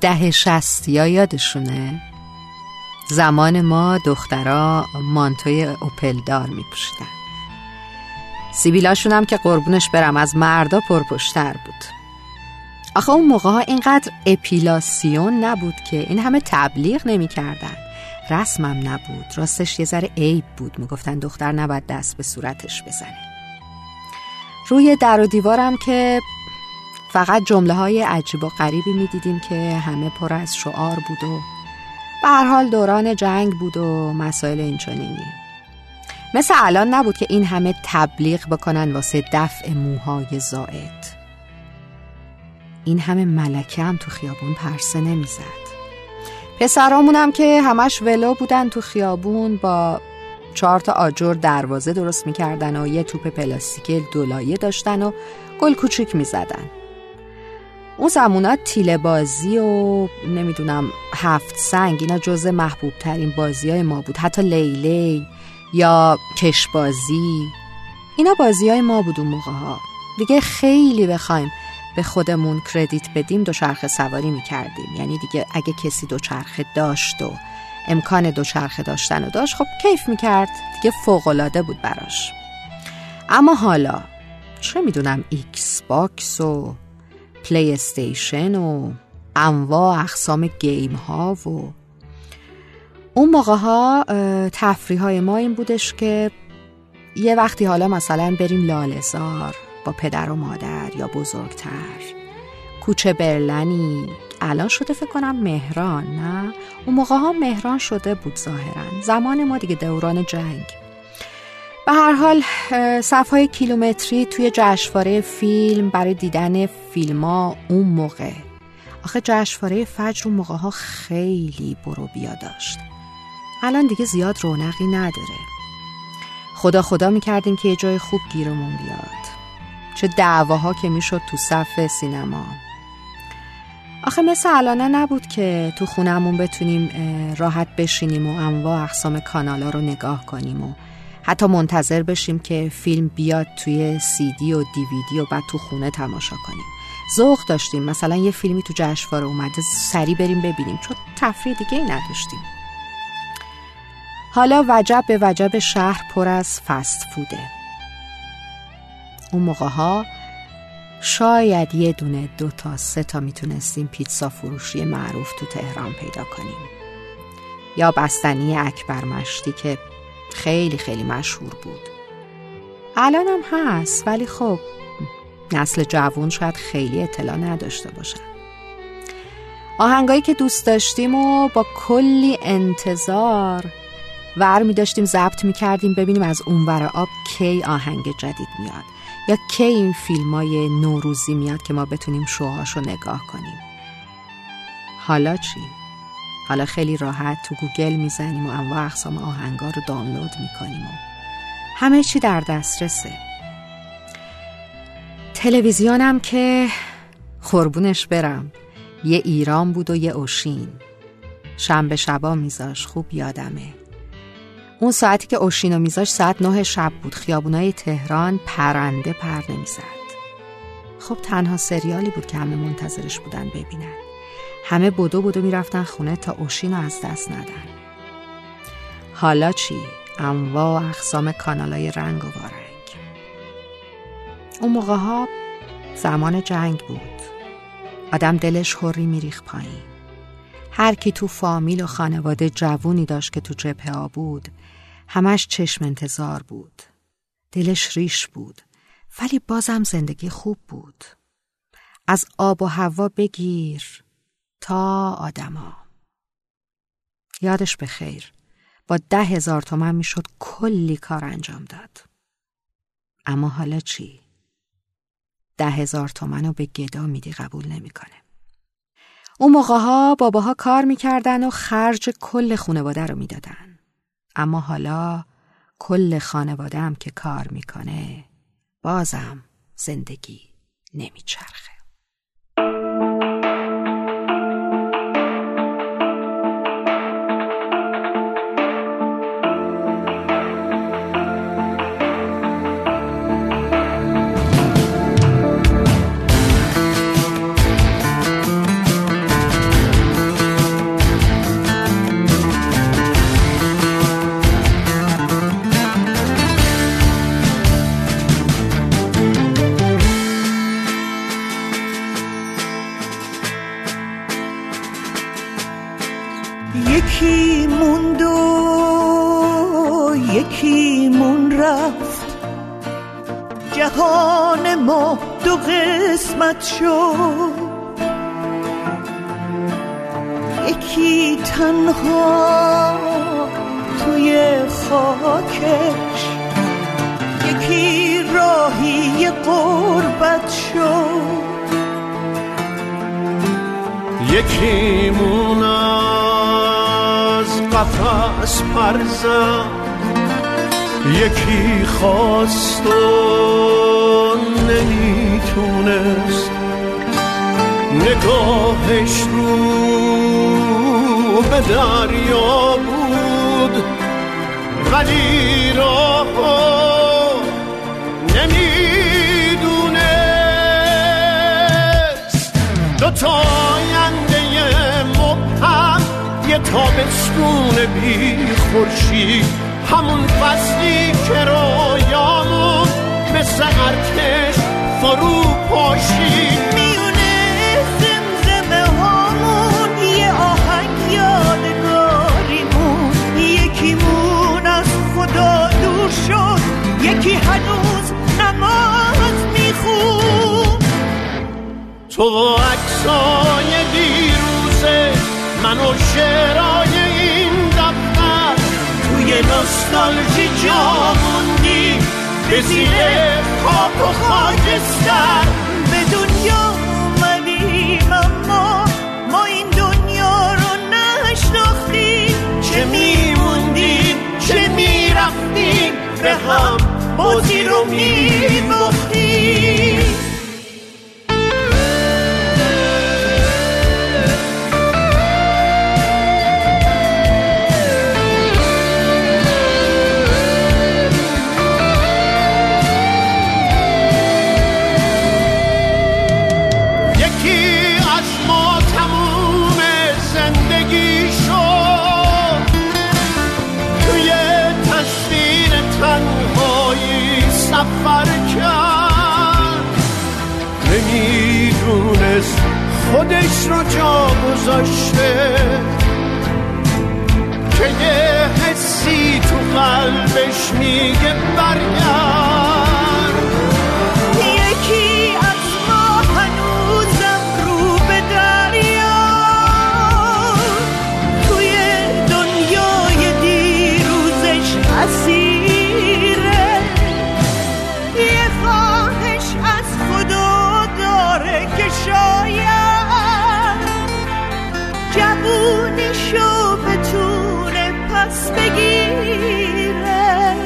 دهه 60 یادشونه؟ زمان ما دخترها مانتوی اوپل دار می پوشیدن. سیبیلاشون هم که قربونش برم از مردا پرپشتر بود. آخه اون موقع ها اینقدر اپیلاسیون نبود که این همه تبلیغ نمی کردن. رسمم نبود، راستش یه ذره عیب بود. میگفتن دختر نباید دست به صورتش بزنه. روی در و دیوارم که فقط جمله های عجیب و غریبی می دیدیم که همه پر از شعار بود و به هر حال دوران جنگ بود و مسائل اینچنینی. مثل الان نبود که این همه تبلیغ بکنن واسه دفع موهای زائد. این همه ملکه هم تو خیابون پرسه نمیزد. پسرامون هم که همش ولو بودن تو خیابون با 4 تا آجر دروازه درست میکردن و یه توپ پلاستیکی دولایه داشتن و گل کوچیک میزدن. اون زمونا تیله بازی و نمیدونم 7 سنگ اینا جزء محبوب ترین بازی های ما بود. حتی لیلی یا کش بازی اینا بازی های ما بود اون موقع ها. دیگه خیلی بخوایم به خودمون کردیت بدیم دوچرخه سواری میکردیم. یعنی دیگه اگه کسی دوچرخه داشت و امکان دوچرخه داشتن و داشت خب کیف میکرد دیگه، فوق‌العاده بود براش. اما حالا چه میدونم ایکس باکس و پلی استیشن و انواع اقسام گیم ها و اون موقع ها تفریح های ما این بودش که یه وقتی حالا مثلا بریم لاله‌زار با پدر و مادر یا بزرگتر، کوچه برلنی الان شده فکر کنم مهران، نه اون موقع ها مهران شده بود ظاهرا، زمان ما دیگه دوران جنگ. به هر حال صف‌های کیلومتری توی جشنواره فیلم برای دیدن فیلم‌ها اون موقع. آخه جشنواره فجر اون موقع ها خیلی برو بیا داشت. الان دیگه زیاد رونقی نداره. خدا میکردیم که یه جای خوب گیرمون بیاد. چه دعواها که میشد تو صف سینما. آخه مثل الانه نبود که تو خونمون بتونیم راحت بشینیم و انواع اقسام کانالا رو نگاه کنیم و حتی منتظر بشیم که فیلم بیاد توی CD و DVD و بعد تو خونه تماشا کنیم. ذوق داشتیم مثلا یه فیلمی تو جشنواره اومده سری بریم ببینیم، چون تفریح دیگه ای نداشتیم. حالا وجب به وجب شهر پر از فست فوده. اون موقع ها شاید 1 دونه 2 تا 3 تا میتونستیم پیتزا فروشی معروف تو تهران پیدا کنیم یا بستنی اکبر مشتی که خیلی خیلی مشهور بود. الان هم هست ولی خب نسل جوان شاید خیلی اطلاع نداشته باشن. آهنگایی که دوست داشتیم و با کلی انتظار ور می داشتیم ضبط می کردیم ببینیم از اونور آب کی آهنگ جدید میاد یا کی این فیلمای نوروزی میاد که ما بتونیم شوهاشو نگاه کنیم. حالا چی؟ حالا خیلی راحت تو گوگل میزنیم و انواع اقسام آهنگا رو دانلود میکنیم و همه چی در دسترسه. تلویزیونم که قربونش برم یه ایران بود و یه اوشین. شنبه شبا میذاش، خوب یادمه. اون ساعتی که اوشینو میذاش ساعت 9 شب بود. خیابونای تهران پرنده پر نمیزد. خب تنها سریالی بود که همه منتظرش بودن ببینن. همه بدو میرفتن خونه تا اوشینو از دست ندن. حالا چی؟ انواع اقسام کانالای رنگ و وارنگ. اون موقع ها زمان جنگ بود. آدم دلش حری میریخ پایین. هر کی تو فامیل و خانواده جوونی داشت که تو جبهه ها بود همش چشم انتظار بود. دلش ریش بود ولی بازم زندگی خوب بود. از آب و هوا بگیر تا آدما. یادش بخیر با 10,000 تومان میشد کلی کار انجام داد. اما حالا چی؟ 10,000 تومان رو به گدا میدی قبول نمیکنه. اون موقع ها باباها کار میکردن و خرج کل خانواده رو میدادن. اما حالا کل خانواده هم که کار میکنه بازم زندگی نمیچرخه. جهان ما دو قسمت شد، یکی تنها توی خاکش، یکی راهی غربت شد. یکیمون از قفس پر زد، یکی خواست و نمیتونست، نگاهش رو به دریا بود ولی راهو نمیدونست. دوتا آینده مبهم، یه تابستون بی خورشید، همون فصلی که رویامون مثل ارتش فرو پاشید. میونه زمزمه هامون یه آهنگ یادگاریمون، یکیمون از خدا دور شد، یکی هنوز نماز میخون. تو عکسای دیروزه، من و شعرهای این دفتر، توی نوستالژی جا موندی به زیر خاک و خاکستر. به دنیا اومدیم اما ما این دنیا رو نشناختیم، چه میموندیم چه میرفتیم، به هم بازی رو میباختیم. سفر کرد، نمیدونست خودش رو جا گذاشته، که یه حسی تو قلبش میگه برگرد. یکی از ما هنوزم رو به دریا، توی دنیای دیروزش اسیره، یه خواهش از خدا داره که شاید جوونیشو بتونه پس بگیره.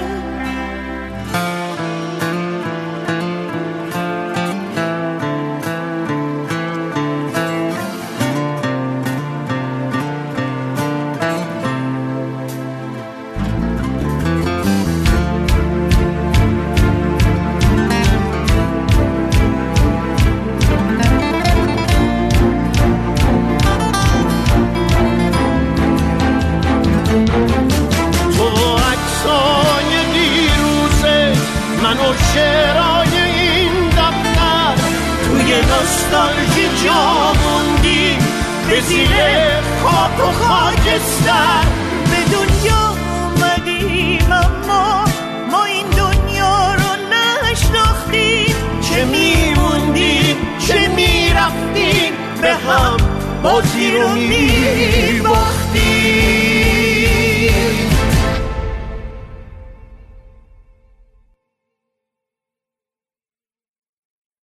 من و شعرهای این دفتر، توی نوستالژی جا موندی به زیر خاک و خاکستر. به دنیا اومدیم اما ما این دنیا رو نشناختیم، چه میموندیم چه میرفتیم، به هم بازی رو میباختیم.